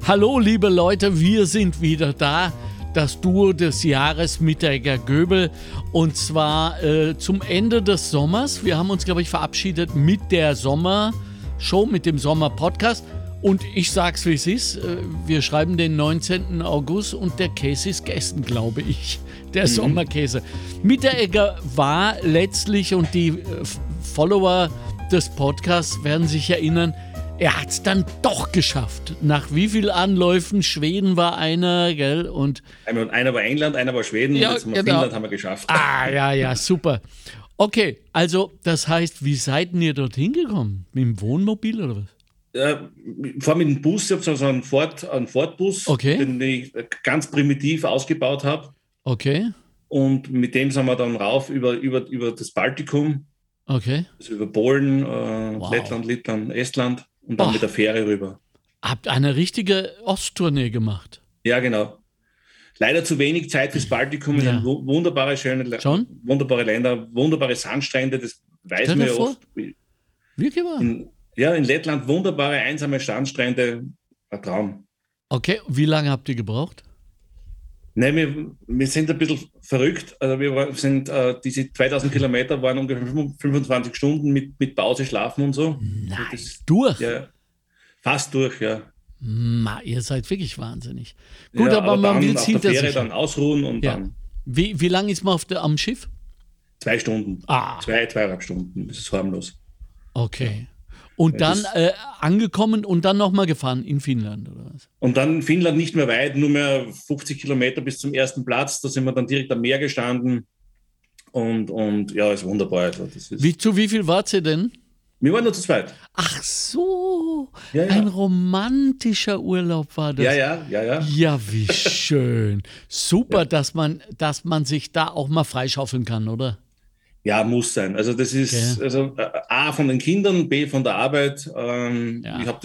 Hallo liebe Leute, wir sind wieder da. Das Duo des Jahres Mitteregger Göbel und zwar zum Ende des Sommers. Wir haben uns, glaube ich, verabschiedet mit der Sommershow, mit dem Sommerpodcast. Und ich sag's, wie es ist. Wir schreiben den 19. August und der Käse ist gegessen, glaube ich. Der Sommerkäse. Mitteregger war letztlich, und die Follower des Podcasts werden sich erinnern, er hat es dann doch geschafft. Nach wie vielen Anläufen? Schweden war einer, gell? Und einer war England, einer war Schweden, ja, und jetzt genau. Finnland haben wir geschafft. Ja, super. Okay, also das heißt, wie seid ihr dorthin gekommen? Mit dem Wohnmobil oder was? Ich fahre mit dem Bus, ich habe so einen Ford-Bus, Okay. den ich ganz primitiv ausgebaut habe. Okay, Und mit dem sind wir dann rauf über das Baltikum, okay. also über Polen, Wow. Lettland, Litauen, Estland und dann mit der Fähre rüber. Habt eine richtige Osttournee gemacht? Ja, genau. Leider zu wenig Zeit fürs Baltikum. Es Ja. sind wunderbare, Schon? wunderbare Länder, wunderbare Sandstrände, das weiß Stell man dir ja vor. oft. Wirklich wahr? In Lettland wunderbare, einsame Sandstrände, ein Traum. Okay, wie lange habt ihr gebraucht? Nein, wir sind ein bisschen verrückt. Also sind diese 2000 Kilometer waren ungefähr 25 Stunden mit Pause, Schlafen und so. Nein, Das, durch? ja, fast durch, ja. Ihr seid wirklich wahnsinnig. Gut, Ja, aber man dann will es auf der hinter Fähre sich. dann ausruhen und Ja. dann Wie lang ist man am Schiff? 2 Stunden. Ah. 2,5 Stunden. Das ist harmlos. Okay. Und Ja, dann angekommen und dann nochmal gefahren in Finnland, oder was? Und dann in Finnland nicht mehr weit, nur mehr 50 Kilometer bis zum ersten Platz. Da sind wir dann direkt am Meer gestanden. Und ja, ist wunderbar. Also das ist, Zu wie viel wart ihr denn? wir waren nur zu zweit. Ach so, Ja, ja. ein romantischer Urlaub war das. Ja. Ja, wie schön. Super, dass man sich da auch mal freischaufeln kann, oder? Ja, muss sein. Also das ist Okay. also A von den Kindern, B von der Arbeit. Ja. Ich habe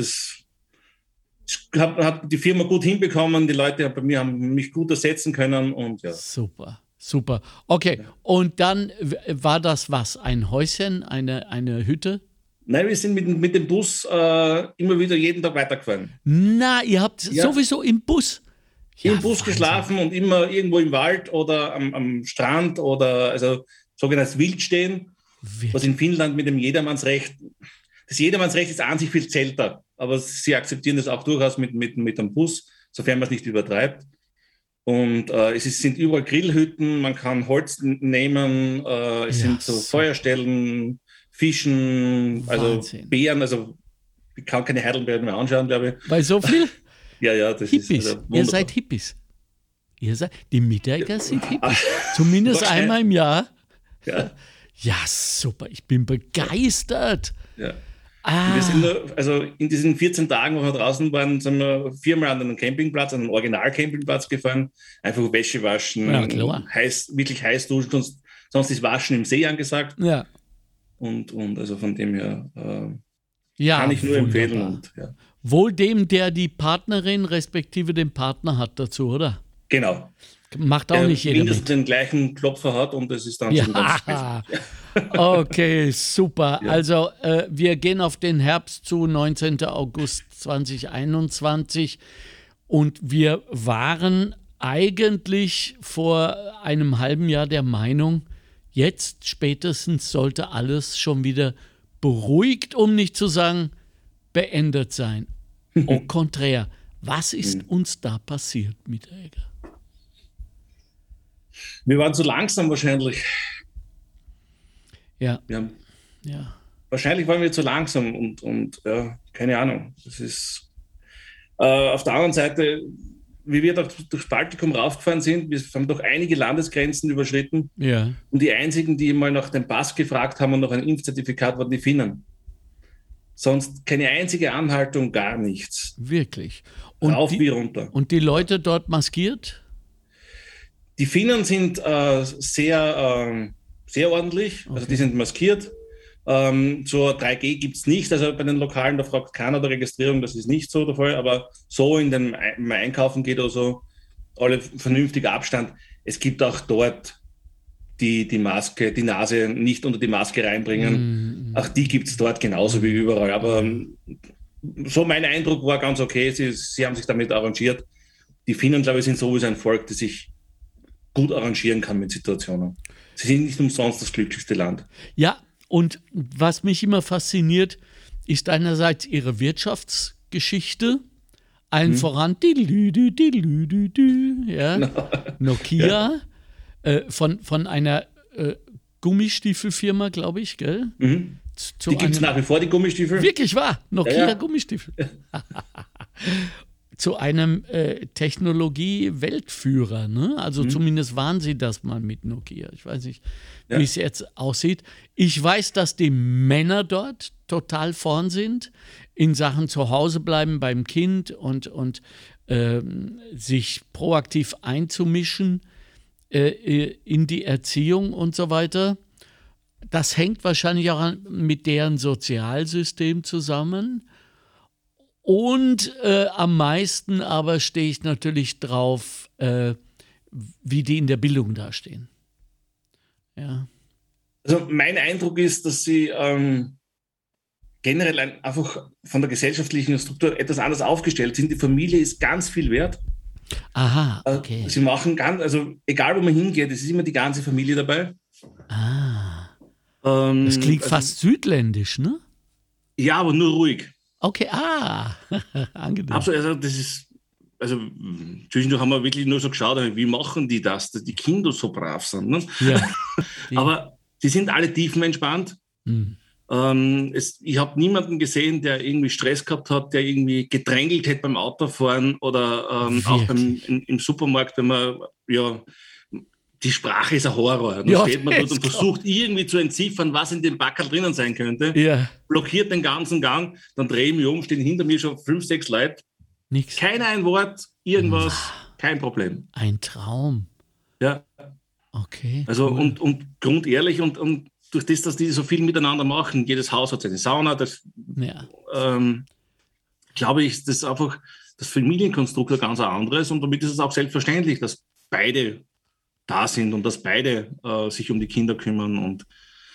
hat die Firma gut hinbekommen. Die Leute bei mir haben mich gut ersetzen können und ja. Super. Okay, und dann war das was? Ein Häuschen, eine Hütte? Nein, wir sind mit dem Bus immer wieder jeden Tag weitergefahren. Na, ihr habt Ja. sowieso im Bus. Im Bus Wahnsinn. geschlafen und immer irgendwo im Wald oder am Strand oder also sogenanntes Wildstehen, Wirklich? was in Finnland mit dem Jedermannsrecht, das Jedermannsrecht ist an sich viel zelter, aber sie akzeptieren das auch durchaus mit dem Bus, sofern man es nicht übertreibt. Und sind überall Grillhütten, man kann Holz nehmen, es Ja, sind so super. Feuerstellen, Fischen, also Wahnsinn. Beeren, also ich kann keine Heidelbeeren mehr anschauen, glaube ich. Bei so viel Ja, das Hippies. ist also Ihr wunderbar. seid Hippies. Die Mitteregger sind Hippies. Zumindest Wahrscheinlich. einmal im Jahr. Ja, Ja, super. Ich bin begeistert. ja. Ah, Wir sind nur, also in diesen 14 Tagen, wo wir draußen waren, sind wir 4-mal an einen Campingplatz, an einen Original-Campingplatz gefahren. Einfach Wäsche waschen, Ja, klar. wirklich heiß duschen, sonst ist Waschen im See angesagt. ja. Und also von dem her Ja, kann ich nur empfehlen. wunderbar. Und, ja. Wohl dem, der die Partnerin respektive den Partner hat dazu, oder? Genau. Macht auch Der nicht jeder mindestens mit. den gleichen Klopfer hat und das ist dann schon ganz speziell. Ja, okay, super. Ja. Also wir gehen auf den Herbst zu, 19. August 2021 und wir waren eigentlich vor einem halben Jahr der Meinung, jetzt spätestens sollte alles schon wieder beruhigt, um nicht zu sagen beendet sein. Au contraire, was ist uns da passiert, Mitteregger? Wir waren zu langsam wahrscheinlich. Ja, Ja, ja. wahrscheinlich waren wir zu langsam und ja, keine Ahnung. Das ist auf der anderen Seite, wie wir durchs Baltikum raufgefahren sind, wir haben doch einige Landesgrenzen überschritten Ja, und die einzigen, die mal nach dem Pass gefragt haben und nach einem Impfzertifikat, waren die Finnen. Sonst keine einzige Anhaltung, gar nichts. wirklich. Rauf wie die, runter. und die Leute dort maskiert? Die Finnen sind sehr ordentlich, also die sind maskiert. So 3G gibt es nicht, also bei den Lokalen, da fragt keiner der Registrierung, das ist nicht so der Fall, aber so wenn man einkaufen geht oder so, alle vernünftiger Abstand. Es gibt auch dort die Maske, die Nase nicht unter die Maske reinbringen. Auch die gibt es dort genauso wie überall, aber so mein Eindruck war ganz okay. Sie haben sich damit arrangiert. Die Finnen, glaube ich, sind sowieso ein Volk, das sich gut arrangieren kann mit Situationen. Sie sind nicht umsonst das glücklichste Land. Ja, und was mich immer fasziniert, ist einerseits ihre Wirtschaftsgeschichte, allen voran ja, Nokia, von einer Gummistiefelfirma, glaube ich, gell? Die gibt es nach wie vor, die Gummistiefel. Wirklich wahr, Nokia Ja. Gummistiefel. Zu einem Technologie-Weltführer, ne? Also zumindest waren sie das mal mit Nokia. Ich weiß nicht, wie es jetzt aussieht. Ich weiß, dass die Männer dort total vorn sind in Sachen zu Hause bleiben beim Kind und sich proaktiv einzumischen in die Erziehung und so weiter. Das hängt wahrscheinlich auch mit deren Sozialsystem zusammen. Und am meisten aber stehe ich natürlich drauf, wie die in der Bildung dastehen. Ja. Also mein Eindruck ist, dass sie generell einfach von der gesellschaftlichen Struktur etwas anders aufgestellt sind. Die Familie ist ganz viel wert. Aha, okay. Sie machen also egal wo man hingeht, es ist immer die ganze Familie dabei. Das klingt fast südländisch, ne? Ja, aber nur ruhig. Okay, angenehm. Absolut, also zwischendurch haben wir wirklich nur so geschaut, wie machen die das, dass die Kinder so brav sind. Ne? Ja. Aber die sind alle tiefenentspannt. Ich habe niemanden gesehen, der irgendwie Stress gehabt hat, der irgendwie gedrängelt hätte beim Autofahren oder auch im Supermarkt, wenn man, die Sprache ist ein Horror. Dann steht man dort und versucht irgendwie zu entziffern, was in dem Backerl drinnen sein könnte. Ja. Blockiert den ganzen Gang, dann drehe ich mich um, stehen hinter mir schon 5, 6 Leute. Nichts. Keiner ein Wort, irgendwas, kein Problem. Ein Traum. Ja. Okay. Also cool. und grundehrlich und durch das, dass die so viel miteinander machen, jedes Haus hat seine Sauna, glaube ich, das ist einfach das Familienkonstrukt ein ganz anderes und damit ist es auch selbstverständlich, dass beide da sind und dass beide sich um die Kinder kümmern und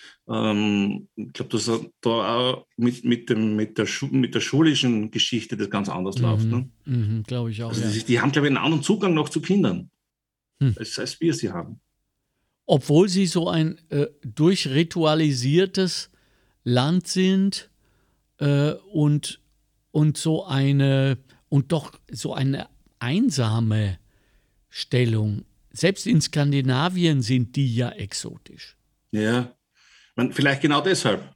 ich glaube, dass da auch mit der schulischen Geschichte das ganz anders läuft. Ne? Glaube ich auch. Also die haben, glaube ich, einen anderen Zugang noch zu Kindern, als wir sie haben. Obwohl sie so ein durchritualisiertes Land sind und so eine und doch so eine einsame Stellung. Selbst in Skandinavien sind die ja exotisch. Ja, vielleicht genau deshalb.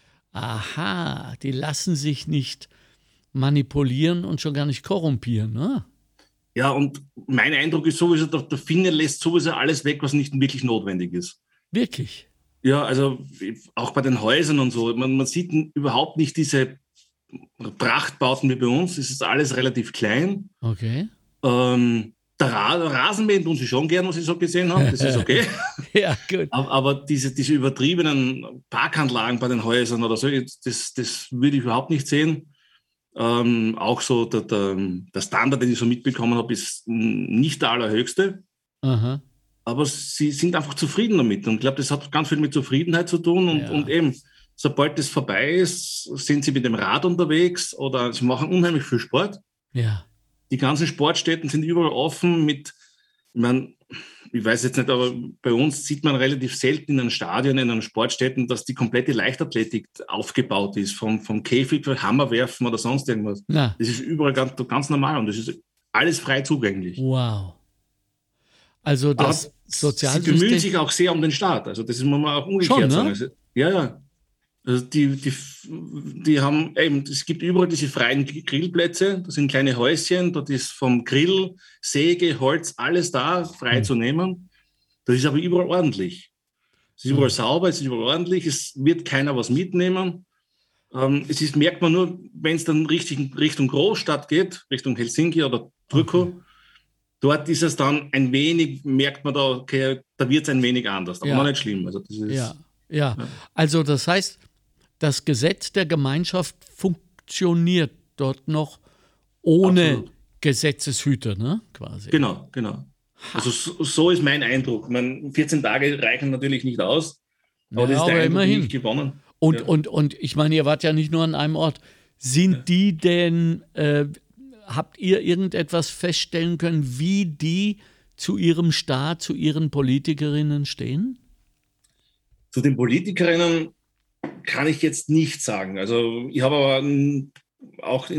Aha, die lassen sich nicht manipulieren und schon gar nicht korrumpieren, ne? Ja, und mein Eindruck ist sowieso, der Finne lässt sowieso alles weg, was nicht wirklich notwendig ist. Wirklich? Ja, also auch bei den Häusern und so. Man sieht überhaupt nicht diese Prachtbauten wie bei uns. Es ist alles relativ klein. Okay. Der Rasenmähen tun sie schon gern, was ich so gesehen habe. Das ist okay. Ja, gut. Aber diese übertriebenen Parkanlagen bei den Häusern oder so, das würde ich überhaupt nicht sehen. Auch so der Standard, den ich so mitbekommen habe, ist nicht der allerhöchste. Aha. Aber sie sind einfach zufrieden damit. Und ich glaube, das hat ganz viel mit Zufriedenheit zu tun. Und eben, sobald das vorbei ist, sind sie mit dem Rad unterwegs oder sie machen unheimlich viel Sport. Ja. Die ganzen Sportstätten sind überall offen ich weiß jetzt nicht, aber bei uns sieht man relativ selten in einem Stadion, in einem Sportstätten, dass die komplette Leichtathletik aufgebaut ist, vom Käfig für Hammerwerfen oder sonst irgendwas. Na. Das ist überall ganz normal und das ist alles frei zugänglich. Wow. Also das Sozialsystem... Sie bemühen sich auch sehr um den Staat. Also das muss man auch umgekehrt sagen. Also, ja. Also die haben eben, es gibt überall diese freien Grillplätze, das sind kleine Häuschen, dort ist vom Grill, Säge, Holz, alles da, frei zu nehmen. Das ist aber überall ordentlich. Es ist überall sauber, es ist überall ordentlich, es wird keiner was mitnehmen. Merkt man nur, wenn es dann Richtung Großstadt geht, Richtung Helsinki oder Turku, dort ist es dann ein wenig, merkt man da, okay, da wird es ein wenig anders, aber noch nicht schlimm. Also das ist, ja, also das heißt, das Gesetz der Gemeinschaft funktioniert dort noch ohne Absolut. Gesetzeshüter, ne? Quasi. Genau. Also so ist mein Eindruck. 14 Tage reichen natürlich nicht aus, aber das ist der Eindruck, den ich gewonnen. Und ich meine, ihr wart ja nicht nur an einem Ort. Sind die denn, habt ihr irgendetwas feststellen können, wie die zu ihrem Staat, zu ihren Politikerinnen stehen? Zu den Politikerinnen kann ich jetzt nicht sagen. Also ich habe aber auch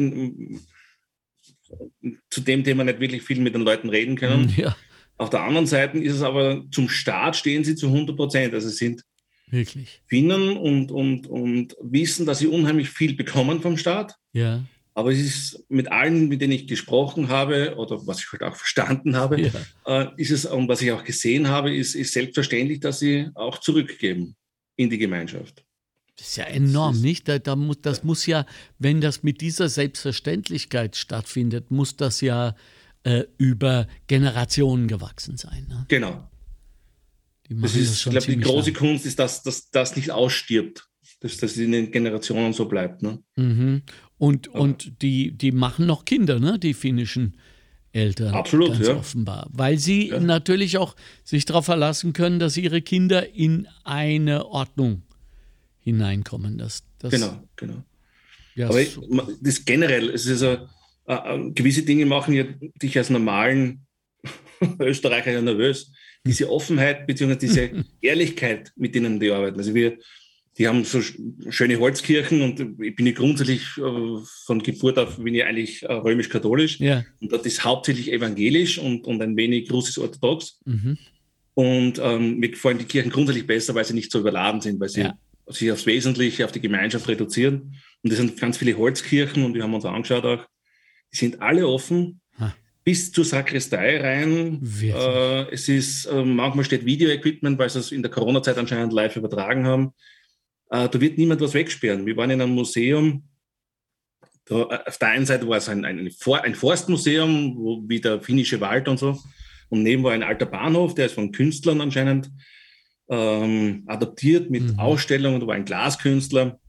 zu dem Thema nicht wirklich viel mit den Leuten reden können. Ja. Auf der anderen Seite ist es aber, zum Staat stehen sie zu 100%. Also sie sind wirklich Finnen und wissen, dass sie unheimlich viel bekommen vom Staat. Ja. Aber es ist mit allen, mit denen ich gesprochen habe oder was ich halt auch verstanden habe, ist es, und was ich auch gesehen habe, ist selbstverständlich, dass sie auch zurückgeben in die Gemeinschaft. Das ist ja enorm, nicht? Das muss ja, wenn das mit dieser Selbstverständlichkeit stattfindet, muss das ja über Generationen gewachsen sein. Ne? Genau. Das ist, ich glaube, die große Kunst ist, dass das nicht ausstirbt, dass das in den Generationen so bleibt. Ne? Mhm. Und die machen noch Kinder, ne? Die finnischen Eltern. Absolut, ganz offenbar. Weil sie natürlich auch sich darauf verlassen können, dass ihre Kinder in eine Ordnung hineinkommen. Genau. Ja, aber das generell, es ist gewisse Dinge machen ja dich als normalen Österreicher ja nervös. Diese Offenheit bzw. diese Ehrlichkeit, mit denen die arbeiten. Also die haben so schöne Holzkirchen und ich bin ja grundsätzlich von Geburt auf bin ich eigentlich römisch-katholisch. Ja. Und das ist hauptsächlich evangelisch und ein wenig russisch-orthodox. Mhm. Und mir gefallen die Kirchen grundsätzlich besser, weil sie nicht so überladen sind, weil sie sich aufs Wesentliche, auf die Gemeinschaft reduzieren. Und das sind ganz viele Holzkirchen und wir haben uns angeschaut auch, die sind alle offen. Bis zur Sakristei rein. Es ist, manchmal steht Video-Equipment, weil sie es in der Corona-Zeit anscheinend live übertragen haben. Da wird niemand was wegsperren. Wir waren in einem Museum. Auf der einen Seite war es ein Forstmuseum, wie der finnische Wald und so. Und neben war ein alter Bahnhof, der ist von Künstlern anscheinend adaptiert mit Ausstellungen. Da war ein Glaskünstler.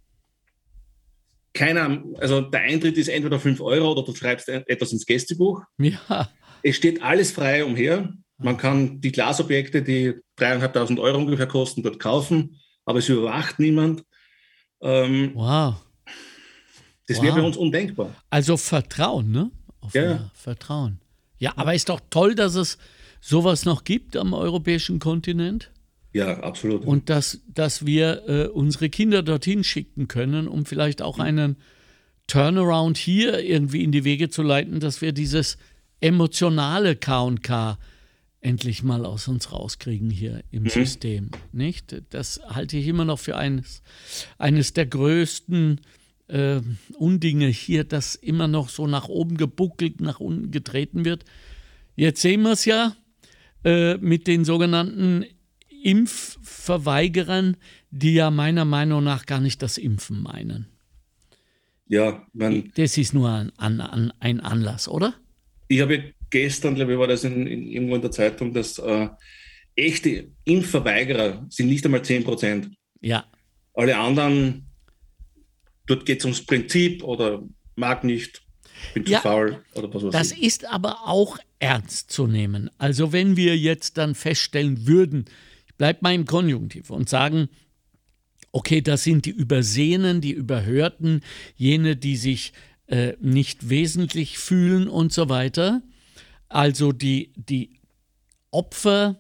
Also der Eintritt ist entweder 5 Euro oder du schreibst etwas ins Gästebuch. Ja. Es steht alles frei umher. Man kann die Glasobjekte, die 3.500 Euro ungefähr kosten, dort kaufen, aber es überwacht niemand. Wow. Das wäre bei uns undenkbar. Also Vertrauen, ne? Vertrauen. Ja, aber ist doch toll, dass es sowas noch gibt am europäischen Kontinent. Ja, absolut. Und dass wir unsere Kinder dorthin schicken können, um vielleicht auch einen Turnaround hier irgendwie in die Wege zu leiten, dass wir dieses emotionale K&K endlich mal aus uns rauskriegen hier im System. Nicht? Das halte ich immer noch für eines der größten Undinge hier, dass immer noch so nach oben gebuckelt, nach unten getreten wird. Jetzt sehen wir es ja mit den sogenannten Impfverweigerern, die ja meiner Meinung nach gar nicht das Impfen meinen. Ja, das ist nur ein Anlass, oder? Ich habe gestern, glaube ich, war das irgendwo in der Zeitung, dass echte Impfverweigerer sind nicht einmal 10%. Ja. Alle anderen, dort geht es ums Prinzip oder mag nicht, bin zu faul oder was weiß ich. Das ist aber auch ernst zu nehmen. Also wenn wir jetzt dann feststellen würden, bleibt mal im Konjunktiv und sagen, okay, das sind die Übersehenen, die Überhörten, jene, die sich nicht wesentlich fühlen und so weiter. Also die Opfer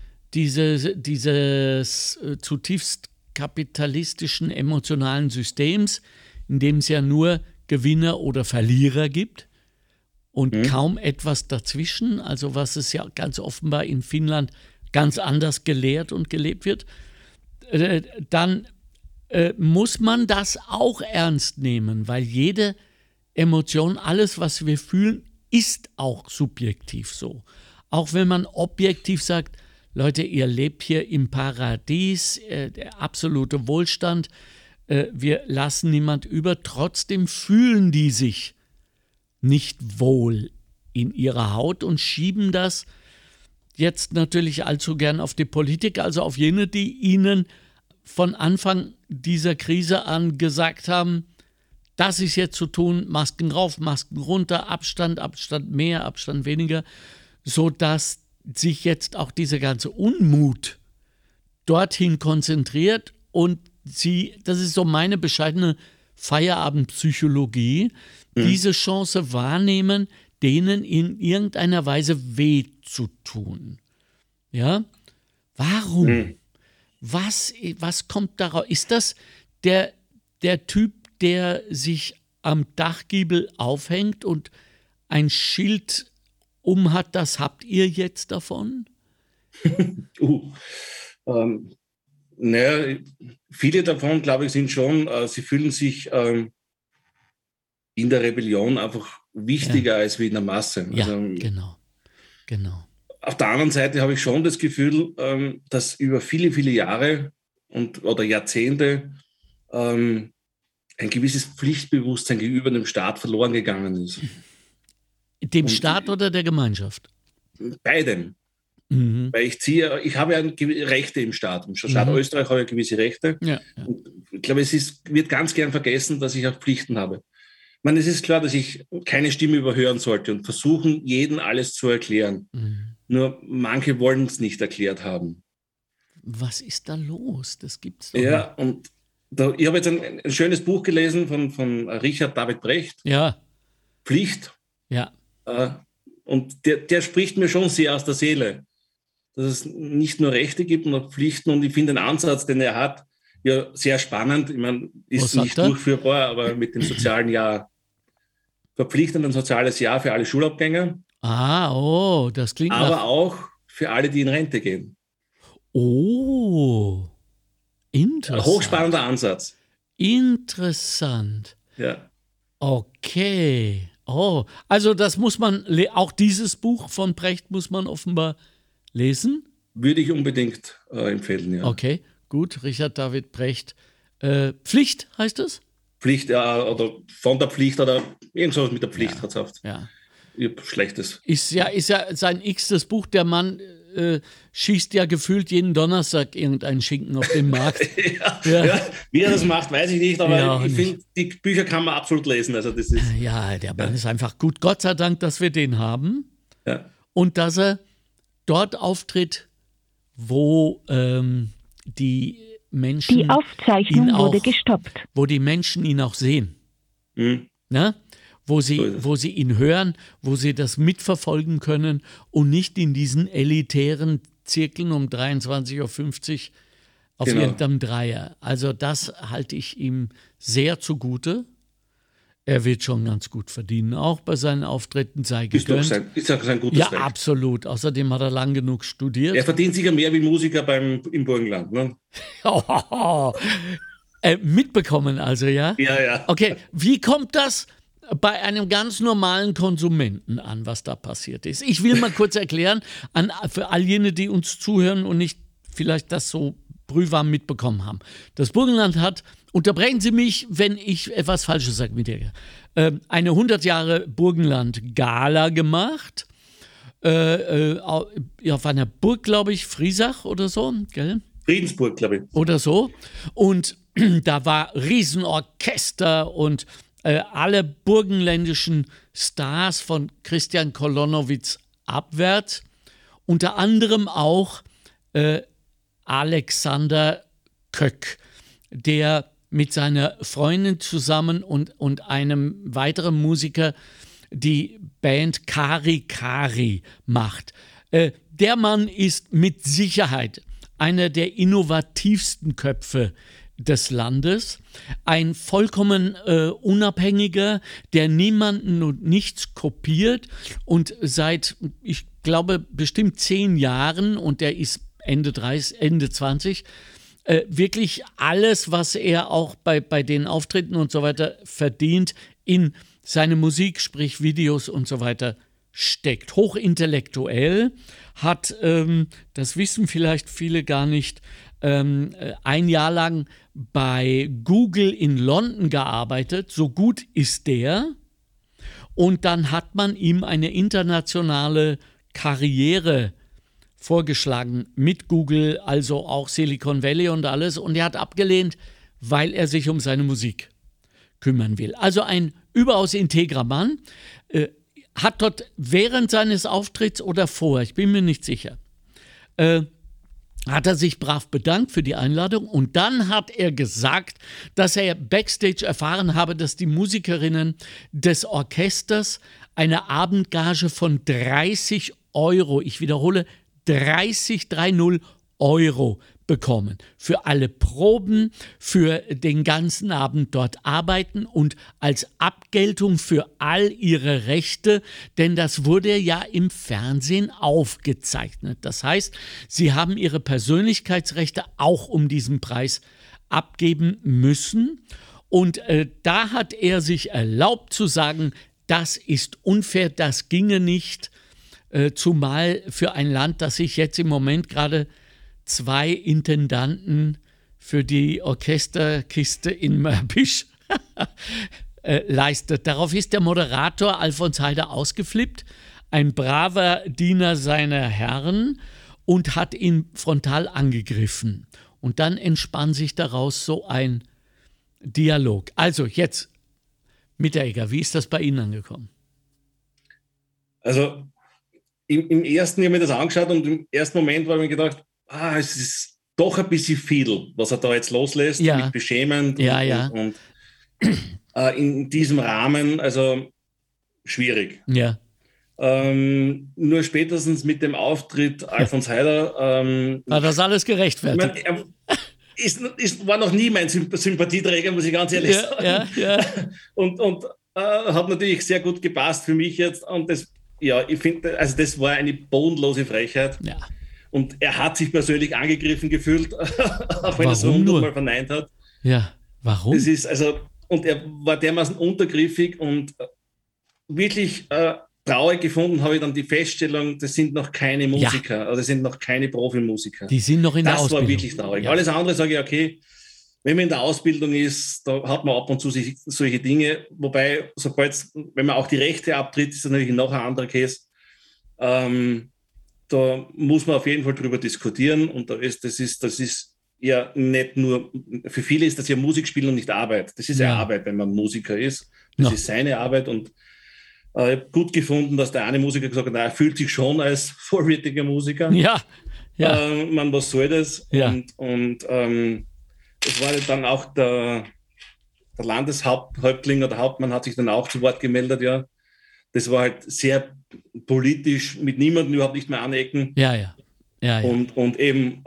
dieses zutiefst kapitalistischen emotionalen Systems, in dem es ja nur Gewinner oder Verlierer gibt und kaum etwas dazwischen, also was es ja ganz offenbar in Finnland ganz anders gelehrt und gelebt wird, dann muss man das auch ernst nehmen, weil jede Emotion, alles, was wir fühlen, ist auch subjektiv so. Auch wenn man objektiv sagt, Leute, ihr lebt hier im Paradies, der absolute Wohlstand, wir lassen niemand über, trotzdem fühlen die sich nicht wohl in ihrer Haut und schieben das jetzt natürlich allzu gern auf die Politik, also auf jene, die ihnen von Anfang dieser Krise an gesagt haben, das ist jetzt zu tun, Masken rauf, Masken runter, Abstand mehr, Abstand weniger, sodass sich jetzt auch dieser ganze Unmut dorthin konzentriert und das ist so meine bescheidene Feierabendpsychologie, diese Chance wahrnehmen, denen in irgendeiner Weise weh zu tun. Ja? Warum? Was kommt daraus? Ist das der Typ, der sich am Dachgiebel aufhängt und ein Schild umhat, das habt ihr jetzt davon? Naja, viele davon, glaube ich, sind schon, sie fühlen sich in der Rebellion einfach wichtiger als wie in der Masse. Ja, Also, genau. Auf der anderen Seite habe ich schon das Gefühl, dass über viele, viele Jahre oder Jahrzehnte ein gewisses Pflichtbewusstsein gegenüber dem Staat verloren gegangen ist. Dem Staat oder der Gemeinschaft? Beidem. Weil ich habe ja Rechte im Staat. Im Staat Österreich habe ich gewisse Rechte. Ja. Und ich glaube, wird ganz gern vergessen, dass ich auch Pflichten habe. Ich meine, es ist klar, dass ich keine Stimme überhören sollte und versuchen, jedem alles zu erklären. Nur manche wollen es nicht erklärt haben. Was ist da los? Das gibt's doch Ja, und ich habe jetzt ein schönes Buch gelesen von Richard David Brecht. Ja. Pflicht. Ja. Und der spricht mir schon sehr aus der Seele, dass es nicht nur Rechte gibt und auch Pflichten. Und ich finde den Ansatz, den er hat, ja sehr spannend. Ich meine, ist nicht durchführbar, aber mit dem sozialen Jahr verpflichtend ein soziales Jahr für alle Schulabgänger. Das klingt aber auch für alle, die in Rente gehen. Interessant. Ein hochspannender Ansatz. Interessant. Ja. Okay. Also das muss man, auch dieses Buch von Brecht muss man offenbar lesen? Würde ich unbedingt empfehlen, ja. Okay, gut. Richard David Brecht. Pflicht heißt es? Pflicht, oder von der Pflicht oder irgendwas mit der Pflicht hat es oft. Ja. Schlechtes. Ist ja sein x-tes Buch. Der Mann schießt ja gefühlt jeden Donnerstag irgendeinen Schinken auf den Markt. ja, wie er das macht, weiß ich nicht, aber ich finde, die Bücher kann man absolut lesen. Also das ist, der Mann ist einfach gut. Gott sei Dank, dass wir den haben. Ja. Und dass er dort auftritt, wo die Menschen. Die Aufzeichnung wurde gestoppt. Wo die Menschen ihn auch sehen. Na? Wo sie ihn hören, wo sie das mitverfolgen können und nicht in diesen elitären Zirkeln um 23.50 Uhr auf irgendeinem Dreier. Also das halte ich ihm sehr zugute. Er wird schon ganz gut verdienen, auch bei seinen Auftritten, sei gegönnt. Ist ja sein gutes Recht. Ja, absolut. Außerdem hat er lang genug studiert. Er verdient sicher mehr wie Musiker im Burgenland, ne? Mitbekommen also, ja? Ja. Okay, wie kommt das bei einem ganz normalen Konsumenten an, was da passiert ist? Ich will mal kurz erklären, für all jene, die uns zuhören und nicht vielleicht das so brühwarm mitbekommen haben. Das Burgenland hat, unterbrechen Sie mich, wenn ich etwas Falsches sage mit dir, eine 100 Jahre Burgenland-Gala gemacht, auf einer Burg, glaube ich, Friesach oder so, gell? Friedensburg, glaube ich. Oder so. Und da war Riesenorchester und alle burgenländischen Stars von Christian Kolonowitz abwärts, unter anderem auch Alexander Köck, der mit seiner Freundin zusammen und einem weiteren Musiker die Band Kari Kari macht. Der Mann ist mit Sicherheit einer der innovativsten Köpfe des Landes, ein vollkommen unabhängiger, der niemanden und nichts kopiert und seit, ich glaube, bestimmt 10 Jahren, und der ist Ende 20, wirklich alles, was er auch bei den Auftritten und so weiter verdient, in seine Musik, sprich Videos und so weiter, steckt. Hochintellektuell, hat, das wissen vielleicht viele gar nicht, ein Jahr lang bei Google in London gearbeitet, so gut ist der. Und dann hat man ihm eine internationale Karriere vorgeschlagen mit Google, also auch Silicon Valley und alles. Und er hat abgelehnt, weil er sich um seine Musik kümmern will. Also ein überaus integrer Mann, hat dort während seines Auftritts oder vorher, ich bin mir nicht sicher, hat er sich brav bedankt für die Einladung und dann hat er gesagt, dass er backstage erfahren habe, dass die Musikerinnen des Orchesters eine Abendgage von 30 Euro, ich wiederhole, 30 Euro bekommen. Für alle Proben, für den ganzen Abend dort arbeiten und als Abgeltung für all ihre Rechte, denn das wurde ja im Fernsehen aufgezeichnet. Das heißt, sie haben ihre Persönlichkeitsrechte auch um diesen Preis abgeben müssen. Und da hat er sich erlaubt zu sagen, das ist unfair, das ginge nicht, zumal für ein Land, das sich jetzt im Moment gerade 2 Intendanten für die Orchesterkiste in Mörbisch leistet. Darauf ist der Moderator Alfons Heider ausgeflippt, ein braver Diener seiner Herren, und hat ihn frontal angegriffen. Und dann entspann sich daraus so ein Dialog. Also jetzt, Mitteregger, wie ist das bei Ihnen angekommen? Also im ersten, ich habe mir das angeschaut und im ersten Moment habe ich mir gedacht, es ist doch ein bisschen viel, was er da jetzt loslässt, mit beschämend und in diesem Rahmen, also schwierig. Ja. Nur spätestens mit dem Auftritt Alfons Heider war das alles gerechtfertigt. War noch nie mein Sympathieträger, muss ich ganz ehrlich sagen. Ja. Und hat natürlich sehr gut gepasst für mich jetzt. Und ich finde, also das war eine bodenlose Frechheit. Ja. Und er hat sich persönlich angegriffen gefühlt, auch wenn er es 100-mal verneint hat. Ja, warum? Es ist und er war dermaßen untergriffig und wirklich traurig gefunden habe ich dann die Feststellung, das sind noch keine Musiker, also das sind noch keine Profimusiker. Die sind noch in der Ausbildung. Das war wirklich traurig. Ja. Alles andere sage ich, okay, wenn man in der Ausbildung ist, da hat man ab und zu solche Dinge, wobei, wenn man auch die Rechte abtritt, ist das natürlich noch ein anderer Case. Da muss man auf jeden Fall drüber diskutieren und das ist ja nicht nur, für viele ist das ja Musikspielen und nicht Arbeit. Das ist ja Arbeit, wenn man Musiker ist. Das ist seine Arbeit und ich habe gut gefunden, dass der eine Musiker gesagt hat, er fühlt sich schon als vollwertiger Musiker. Ja. Was soll das? Ja. Und es war dann auch der Landeshauptling oder Hauptmann hat sich dann auch zu Wort gemeldet, ja. Das war halt sehr politisch, mit niemandem überhaupt nicht mehr anecken. Ja. Und eben,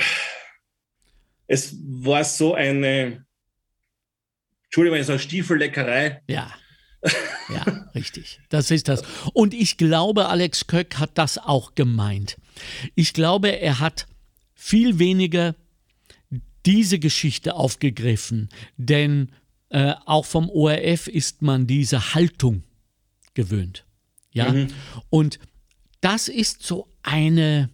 es war so eine, Entschuldigung, so eine Stiefelleckerei. Ja, richtig. Das ist das. Und ich glaube, Alex Köck hat das auch gemeint. Ich glaube, er hat viel weniger diese Geschichte aufgegriffen, denn auch vom ORF ist man diese Haltung gewöhnt. Ja? Und das ist so eine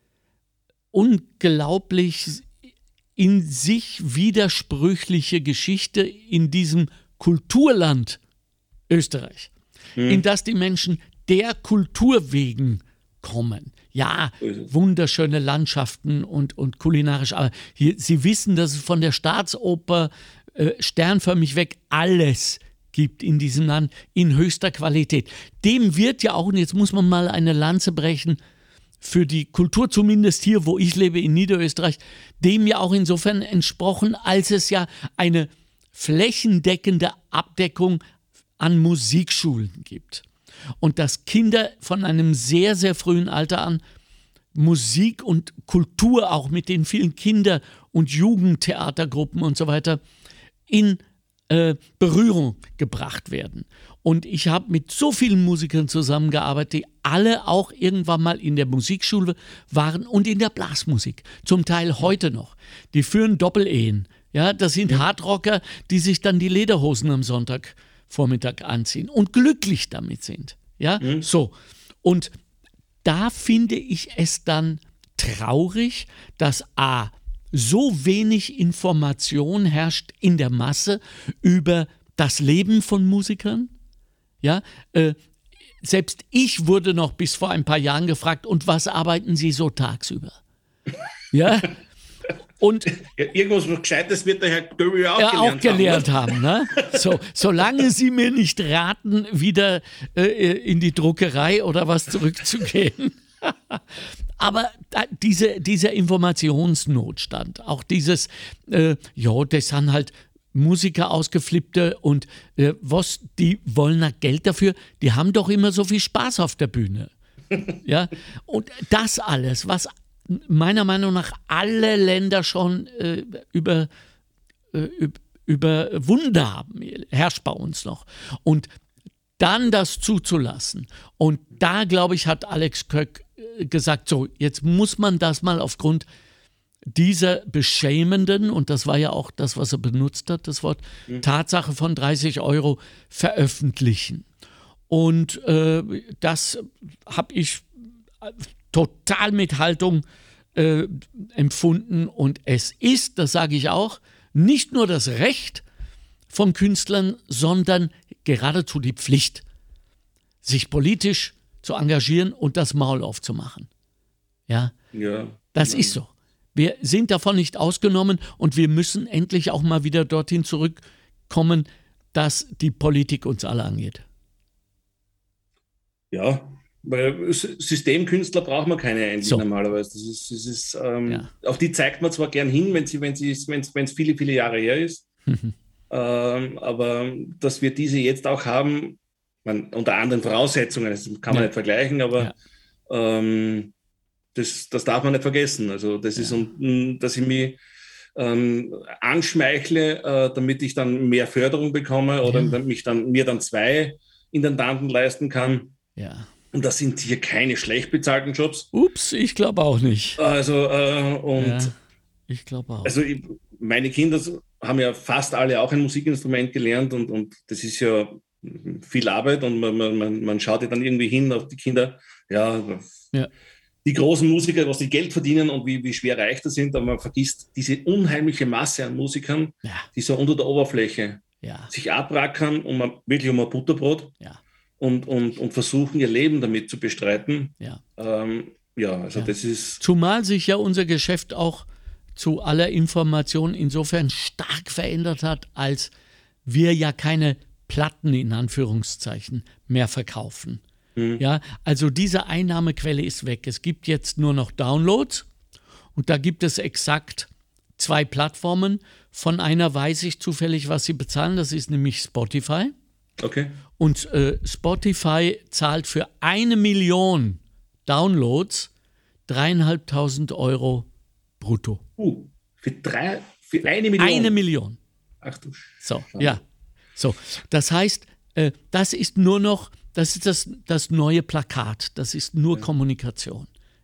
unglaublich in sich widersprüchliche Geschichte in diesem Kulturland Österreich, in das die Menschen der Kultur wegen kommen. Ja, wunderschöne Landschaften und kulinarisch, aber hier, Sie wissen, dass es von der Staatsoper sternförmig weg alles gibt in diesem Land in höchster Qualität. Dem wird ja auch, und jetzt muss man mal eine Lanze brechen, für die Kultur, zumindest hier, wo ich lebe, in Niederösterreich, dem ja auch insofern entsprochen, als es ja eine flächendeckende Abdeckung an Musikschulen gibt. Und dass Kinder von einem sehr, sehr frühen Alter an Musik und Kultur, auch mit den vielen Kinder- und Jugendtheatergruppen und so weiter, in Berührung gebracht werden. Und ich habe mit so vielen Musikern zusammengearbeitet, die alle auch irgendwann mal in der Musikschule waren und in der Blasmusik. Zum Teil heute noch. Die führen Doppelehen. Ja, das sind Hardrocker, die sich dann die Lederhosen am Sonntagvormittag anziehen und glücklich damit sind. Ja, so. Und da finde ich es dann traurig, dass so wenig Information herrscht in der Masse über das Leben von Musikern. Ja, selbst ich wurde noch bis vor ein paar Jahren gefragt, und was arbeiten Sie so tagsüber? Ja. Und irgendwas Gescheites wird der Herr Göbel auch gelernt haben. Ne? So, solange Sie mir nicht raten, wieder in die Druckerei oder was zurückzugehen. Aber dieser Informationsnotstand, auch dieses, das sind halt Musiker ausgeflippte und was, die wollen da Geld dafür, die haben doch immer so viel Spaß auf der Bühne. Ja, und das alles, was meiner Meinung nach alle Länder schon überwunden haben, herrscht bei uns noch. Und dann das zuzulassen. Und da, glaube ich, hat Alex Köck gesagt, so, jetzt muss man das mal aufgrund dieser beschämenden, und das war ja auch das, was er benutzt hat, das Wort, Tatsache von 30 Euro veröffentlichen. Und das habe ich total mit Haltung empfunden. Und es ist, das sage ich auch, nicht nur das Recht von Künstlern, sondern geradezu die Pflicht, sich politisch zu engagieren und das Maul aufzumachen. Ja, das ist so. Wir sind davon nicht ausgenommen und wir müssen endlich auch mal wieder dorthin zurückkommen, dass die Politik uns alle angeht. Ja, weil Systemkünstler braucht man keine eigentlich normalerweise. Das ist, auf die zeigt man zwar gern hin, wenn es viele, viele Jahre her ist, aber dass wir diese jetzt auch haben, unter anderen Voraussetzungen, das kann man nicht vergleichen, aber das darf man nicht vergessen. Also das ist, dass ich mich anschmeichle, damit ich dann mehr Förderung bekomme oder mir dann 2 Intendanten leisten kann. Ja. Und das sind hier keine schlecht bezahlten Jobs. Ups, ich glaube auch nicht. Also, ich glaube auch. Also, meine Kinder haben ja fast alle auch ein Musikinstrument gelernt und das ist ja viel Arbeit und man schaut ja dann irgendwie hin auf die Kinder. Die großen Musiker, was die Geld verdienen und wie schwer reich das sind, aber man vergisst diese unheimliche Masse an Musikern, die so unter der Oberfläche sich abrackern wirklich um ein Butterbrot. Und versuchen, ihr Leben damit zu bestreiten. Das ist... Zumal sich ja unser Geschäft auch zu aller Information insofern stark verändert hat, als wir ja keine Platten in Anführungszeichen mehr verkaufen. Ja, also diese Einnahmequelle ist weg. Es gibt jetzt nur noch Downloads und da gibt es exakt 2 Plattformen. Von einer weiß ich zufällig, was sie bezahlen, das ist nämlich Spotify. Okay. Und Spotify zahlt für 1 Million Downloads 3.500 Euro brutto. Für 1 Million? 1 Million. Ach du So, das heißt, das ist nur noch, das ist das neue Plakat, das ist nur Kommunikation.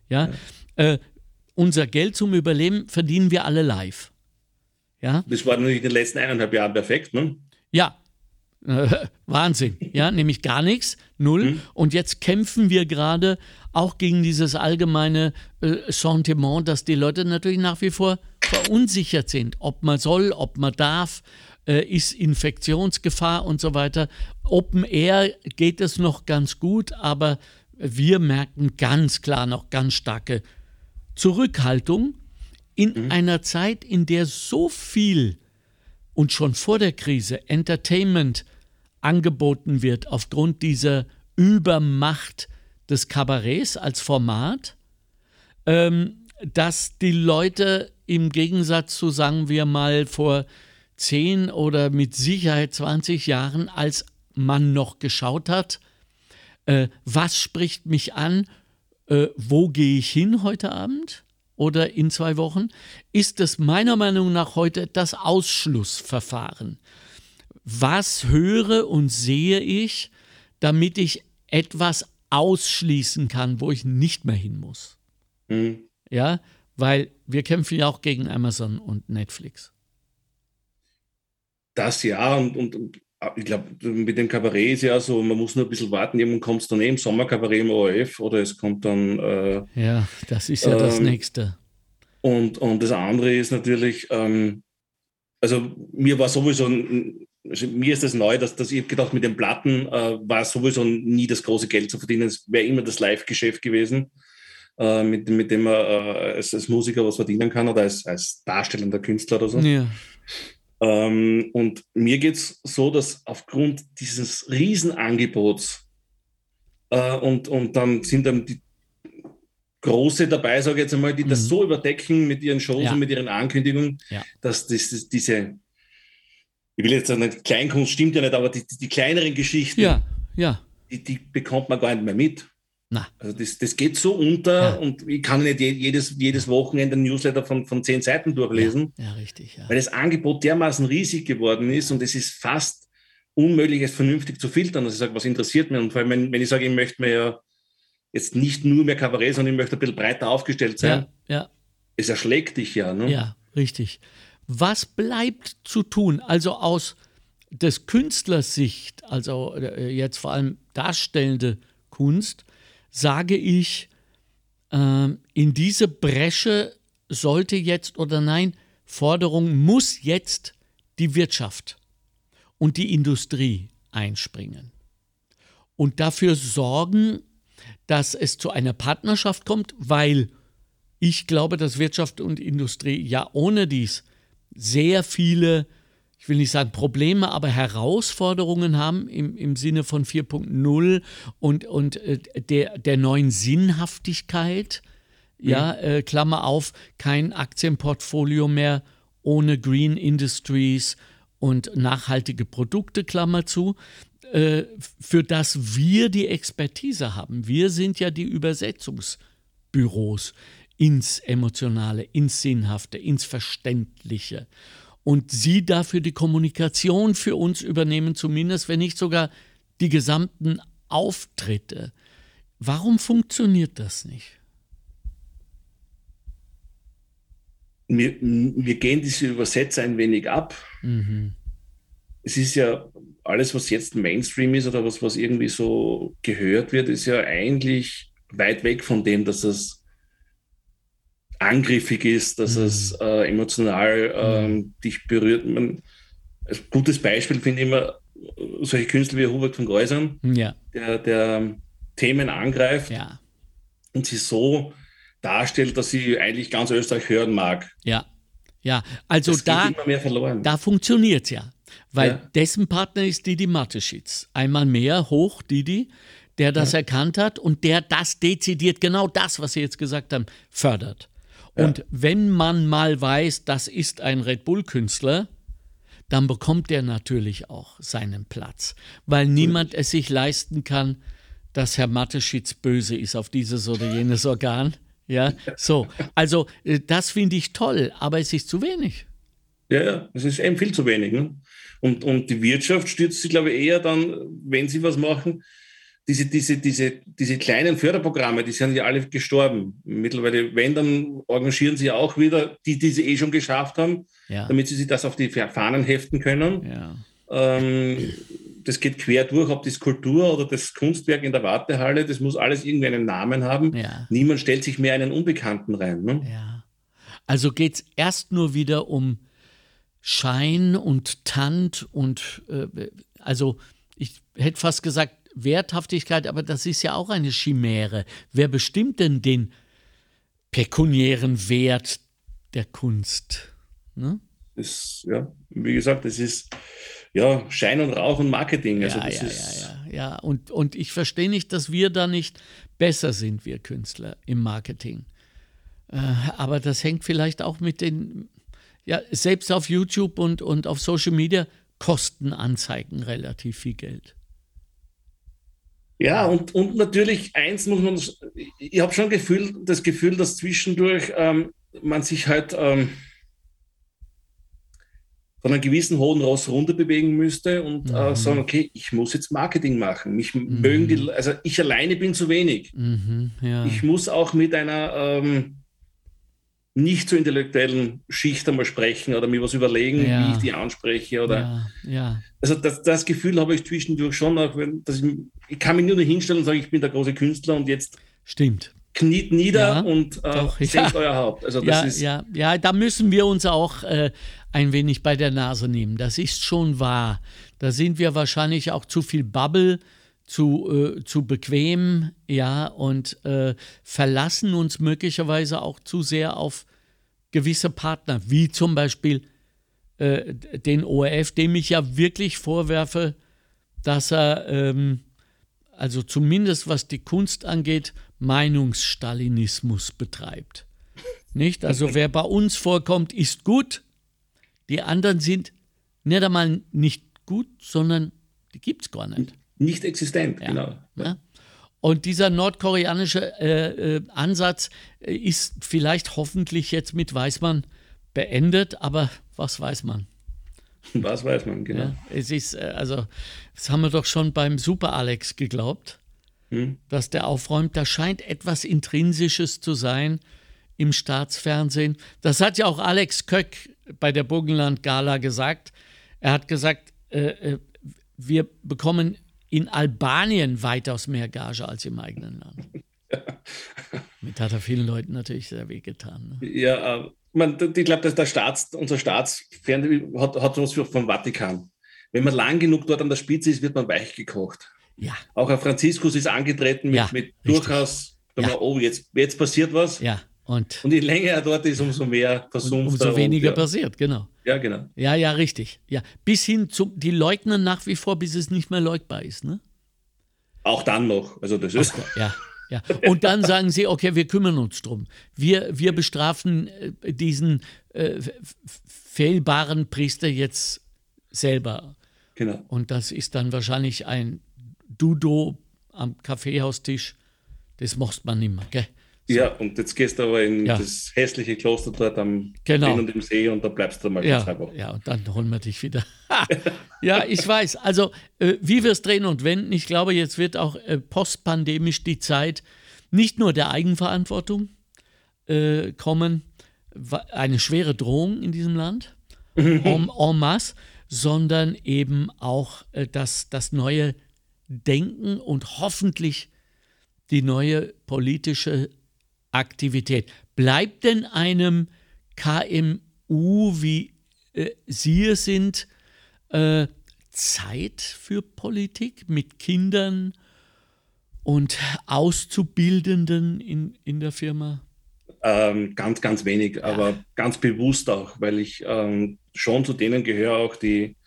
Unser Geld zum Überleben verdienen wir alle live. Ja? Das war natürlich in den letzten 1,5 Jahren perfekt, ne? Ja. Wahnsinn, nämlich gar nichts, 0. Und jetzt kämpfen wir gerade auch gegen dieses allgemeine Sentiment, dass die Leute natürlich nach wie vor verunsichert sind, ob man soll, ob man darf, ist Infektionsgefahr und so weiter. Open Air geht es noch ganz gut, aber wir merken ganz klar noch ganz starke Zurückhaltung in einer Zeit, in der so viel und schon vor der Krise Entertainment angeboten wird aufgrund dieser Übermacht des Kabarets als Format, dass die Leute im Gegensatz zu, sagen wir mal, vor 10 oder mit Sicherheit 20 Jahren, als man noch geschaut hat, was spricht mich an, wo gehe ich hin heute Abend? Oder in 2 Wochen, ist es meiner Meinung nach heute das Ausschlussverfahren. Was höre und sehe ich, damit ich etwas ausschließen kann, wo ich nicht mehr hin muss? Ja, weil wir kämpfen ja auch gegen Amazon und Netflix. Das und ich glaube, mit dem Kabarett ist ja so, man muss nur ein bisschen warten, irgendwann kommt es dann im Sommerkabarett im ORF oder es kommt dann... das ist ja das Nächste. Und das andere ist natürlich, also mir war sowieso, mir ist das neu, dass ich habe gedacht, mit den Platten war sowieso nie das große Geld zu verdienen, es wäre immer das Live-Geschäft gewesen, mit dem man als Musiker was verdienen kann oder als darstellender Künstler oder so. Ja. Und mir geht es so, dass aufgrund dieses Riesenangebots und dann sind dann Große dabei, sage ich jetzt einmal, die das so überdecken mit ihren Shows und mit ihren Ankündigungen, dass diese, ich will jetzt sagen, Kleinkunst stimmt ja nicht, aber die kleineren Geschichten, die bekommt man gar nicht mehr mit. Na. Also das geht so unter und ich kann nicht jedes Wochenende ein Newsletter von 10 Seiten durchlesen. Ja, richtig. Ja. Weil das Angebot dermaßen riesig geworden ist und es ist fast unmöglich, es vernünftig zu filtern. Also ich sage, was interessiert mich? Und vor allem, wenn ich sage, ich möchte mir ja jetzt nicht nur mehr Kabarett, sondern ich möchte ein bisschen breiter aufgestellt sein, es erschlägt dich ja. Ne? Ja, richtig. Was bleibt zu tun? Also aus des Künstlers Sicht, also jetzt vor allem darstellende Kunst, sage ich, in diese Bresche sollte jetzt oder nein, Forderung muss jetzt die Wirtschaft und die Industrie einspringen und dafür sorgen, dass es zu einer Partnerschaft kommt, weil ich glaube, dass Wirtschaft und Industrie ja ohne dies sehr viele, ich will nicht sagen Probleme, aber Herausforderungen haben im Sinne von 4.0 und der neuen Sinnhaftigkeit. Ja, Klammer auf, kein Aktienportfolio mehr ohne Green Industries und nachhaltige Produkte, Klammer zu, für das wir die Expertise haben. Wir sind ja die Übersetzungsbüros ins Emotionale, ins Sinnhafte, ins Verständliche. Und sie dafür die Kommunikation für uns übernehmen, zumindest wenn nicht sogar die gesamten Auftritte. Warum funktioniert das nicht? Wir gehen diese Übersetzer ein wenig ab. Es ist ja alles, was jetzt Mainstream ist oder was irgendwie so gehört wird, ist ja eigentlich weit weg von dem, dass es angriffig ist, dass es emotional dich berührt. Ein gutes Beispiel finde ich immer solche Künstler wie Hubert von Geusern, der Themen angreift und sie so darstellt, dass sie eigentlich ganz Österreich hören mag. Ja, also das geht immer mehr verloren. Da funktioniert es ja, weil dessen Partner ist Didi Mateschitz. Einmal mehr hoch Didi, der das erkannt hat und der das dezidiert, genau das, was Sie jetzt gesagt haben, fördert. Und wenn man mal weiß, das ist ein Red Bull-Künstler, dann bekommt der natürlich auch seinen Platz, weil niemand es sich leisten kann, dass Herr Mateschitz böse ist auf dieses oder jenes Organ. Ja, so. Also das finde ich toll, aber es ist zu wenig. Ja, es ist eben viel zu wenig. Ne? Und die Wirtschaft stürzt sich, glaube ich, eher dann, wenn sie was machen, diese kleinen Förderprogramme, die sind ja alle gestorben. Mittlerweile, wenn, dann engagieren sie auch wieder die sie eh schon geschafft haben, damit sie sich das auf die Fahnen heften können. Ja. Das geht quer durch, ob die Skulptur oder das Kunstwerk in der Wartehalle, das muss alles irgendwie einen Namen haben. Ja. Niemand stellt sich mehr einen Unbekannten rein. Ne? Ja. Also geht es erst nur wieder um Schein und Tant und also ich hätte fast gesagt Werthaftigkeit, aber das ist ja auch eine Chimäre. Wer bestimmt denn den pekuniären Wert der Kunst? Ne? Wie gesagt, das ist Schein und Rauch und Marketing. Also Ja. Und ich verstehe nicht, dass wir da nicht besser sind, wir Künstler, im Marketing. Aber das hängt vielleicht auch mit den, selbst auf YouTube und auf Social Media kosten Anzeigen relativ viel Geld. Ja, und natürlich eins muss man, ich habe schon das Gefühl, dass zwischendurch man sich halt von einem gewissen hohen Ross runter bewegen müsste und sagen, okay, ich muss jetzt Marketing machen. Mich mögen also ich alleine bin zu wenig. Ich muss auch mit einer nicht so intellektuellen Schicht einmal sprechen oder mir was überlegen, wie ich die anspreche. Oder Also das Gefühl habe ich zwischendurch schon, auch dass ich kann mich nur hinstellen und sagen, ich bin der große Künstler und jetzt kniet nieder und senkt euer Haupt. Also das ist da müssen wir uns auch ein wenig bei der Nase nehmen. Das ist schon wahr. Da sind wir wahrscheinlich auch zu viel Bubble, zu bequem, und verlassen uns möglicherweise auch zu sehr auf gewisse Partner, wie zum Beispiel den ORF, dem ich ja wirklich vorwerfe, dass er also zumindest was die Kunst angeht, Meinungsstalinismus betreibt. Nicht? Also wer bei uns vorkommt, ist gut. Die anderen sind nicht einmal nicht gut, sondern die gibt es gar nicht. Nicht existent, Ja. genau. Ja. Und dieser nordkoreanische Ansatz ist vielleicht hoffentlich jetzt mit Weismann beendet, aber was weiß man? Was weiß man, genau. Ja, es ist, also, das haben wir doch schon beim Super Alex geglaubt, dass der aufräumt. Da scheint etwas Intrinsisches zu sein im Staatsfernsehen. Das hat ja auch Alex Köck bei der Burgenland-Gala gesagt. Er hat gesagt, wir bekommen in Albanien weitaus mehr Gage als im eigenen Land. Damit hat er vielen Leuten natürlich sehr wehgetan. Ne? Ja, ich glaube, dass unser Staatsfernsehen hat sowas vom Vatikan. Wenn man lang genug dort an der Spitze ist, wird man weich gekocht. Ja. Auch Herr Franziskus ist angetreten mit durchaus, jetzt passiert was. Ja. Und je länger er dort ist, umso mehr versumpft er. Umso weniger passiert, genau. Ja, genau. Ja, richtig. Ja. Bis hin die leugnen nach wie vor, bis es nicht mehr leugbar ist. Ne? Auch dann noch. Also das ist. Ja. Und dann sagen sie, okay, wir kümmern uns drum. Wir bestrafen diesen fehlbaren Priester jetzt selber. Genau. Und das ist dann wahrscheinlich ein Dudo am Kaffeehaustisch. Das machst man nicht mehr, gell? So. Ja, und jetzt gehst du aber in das hässliche Kloster dort am Rhein und im See und da bleibst du mal 2 Wochen. Ja, und dann holen wir dich wieder. Ja, ich weiß. Also, wie wir es drehen und wenden, ich glaube, jetzt wird auch postpandemisch die Zeit nicht nur der Eigenverantwortung kommen, eine schwere Drohung in diesem Land, en masse, sondern eben auch das neue Denken und hoffentlich die neue politische Aktivität. Bleibt denn einem KMU, wie Sie es sind, Zeit für Politik mit Kindern und Auszubildenden in der Firma? Ganz, ganz wenig, aber ganz bewusst auch, weil ich schon zu denen gehöre, auch die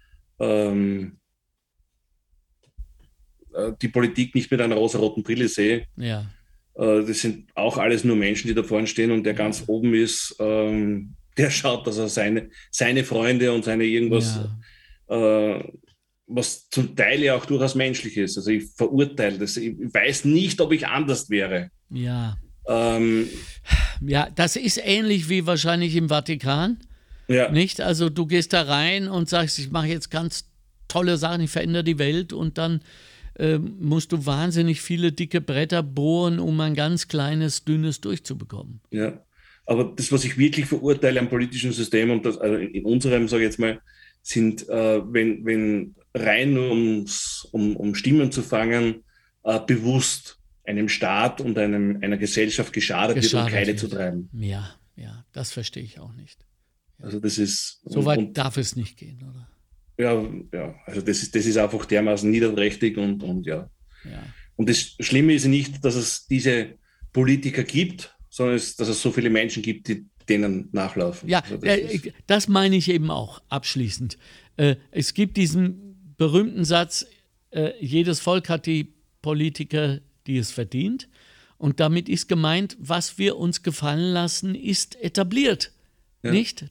Politik nicht mit einer rosaroten Brille sehe. Ja. Das sind auch alles nur Menschen, die da vorne stehen und der ganz oben ist, der schaut, dass er seine Freunde und seine irgendwas, was zum Teil ja auch durchaus menschlich ist. Also ich verurteile das. Ich weiß nicht, ob ich anders wäre. Ja. Ja, das ist ähnlich wie wahrscheinlich im Vatikan. Ja. Nicht? Also du gehst da rein und sagst, ich mache jetzt ganz tolle Sachen, ich verändere die Welt und dann musst du wahnsinnig viele dicke Bretter bohren, um ein ganz kleines, dünnes durchzubekommen. Ja, aber das, was ich wirklich verurteile am politischen System und das, also in unserem, sage ich jetzt mal, sind, wenn rein nur um Stimmen zu fangen, bewusst einem Staat und einer Gesellschaft geschadet wird, um Keile zu treiben. Ja, das verstehe ich auch nicht. Ja. Also das ist... So weit darf es nicht gehen, oder? Ja, also das ist einfach dermaßen niederträchtig und ja. Und das Schlimme ist nicht, dass es diese Politiker gibt, sondern dass es so viele Menschen gibt, die denen nachlaufen. Ja, also das meine ich eben auch abschließend. Es gibt diesen berühmten Satz, jedes Volk hat die Politiker, die es verdient. Und damit ist gemeint, was wir uns gefallen lassen, ist etabliert. Ja. Nicht?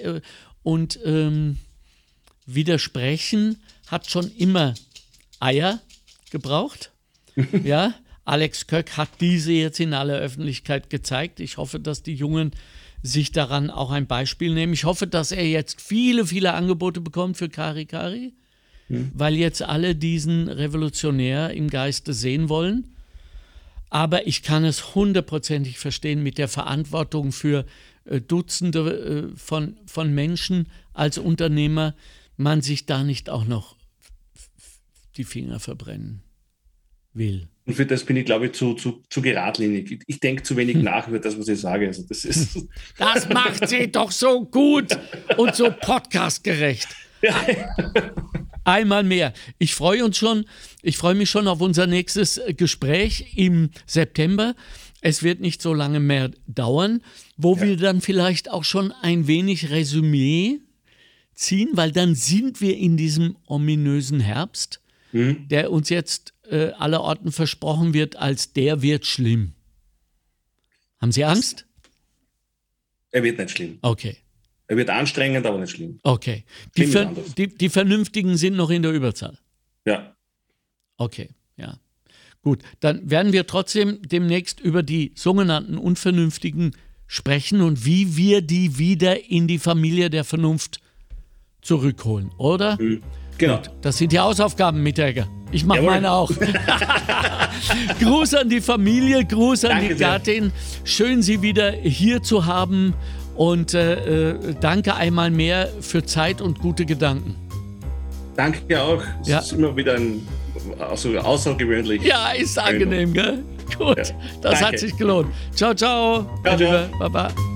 Widersprechen hat schon immer Eier gebraucht. Ja, Alex Köck hat diese jetzt in aller Öffentlichkeit gezeigt. Ich hoffe, dass die Jungen sich daran auch ein Beispiel nehmen. Ich hoffe, dass er jetzt viele, viele Angebote bekommt für Kari Kari, weil jetzt alle diesen Revolutionär im Geiste sehen wollen. Aber ich kann es hundertprozentig verstehen mit der Verantwortung für Dutzende von Menschen als Unternehmer, man sich da nicht auch noch die Finger verbrennen will. Und für das bin ich, glaube ich, zu geradlinig. Ich denke zu wenig nach über das, was ich sage. Also das macht sie doch so gut und so podcastgerecht. Ja. Einmal mehr. Ich freue mich schon auf unser nächstes Gespräch im September. Es wird nicht so lange mehr dauern, wo wir dann vielleicht auch schon ein wenig Resümee ziehen, weil dann sind wir in diesem ominösen Herbst, der uns jetzt allerorten versprochen wird, als der wird schlimm. Haben Sie Angst? Er wird nicht schlimm. Okay. Er wird anstrengend, aber nicht schlimm. Okay. Schlimm Die Vernünftigen sind noch in der Überzahl. Ja. Okay, ja. Gut, dann werden wir trotzdem demnächst über die sogenannten Unvernünftigen sprechen und wie wir die wieder in die Familie der Vernunft zurückholen, oder? Genau. Gut, das sind die Hausaufgaben, Mitteregger. Ich mache meine auch. Gruß an die Familie, Gruß an Danke die sehr. Gattin. Schön, Sie wieder hier zu haben und danke einmal mehr für Zeit und gute Gedanken. Danke auch. Es Ja. ist immer wieder außergewöhnlich. Ja, ist angenehm, gell? Gut, Ja. das hat Danke. sich gelohnt. Ciao, ciao. Ciao, ciao. Baba.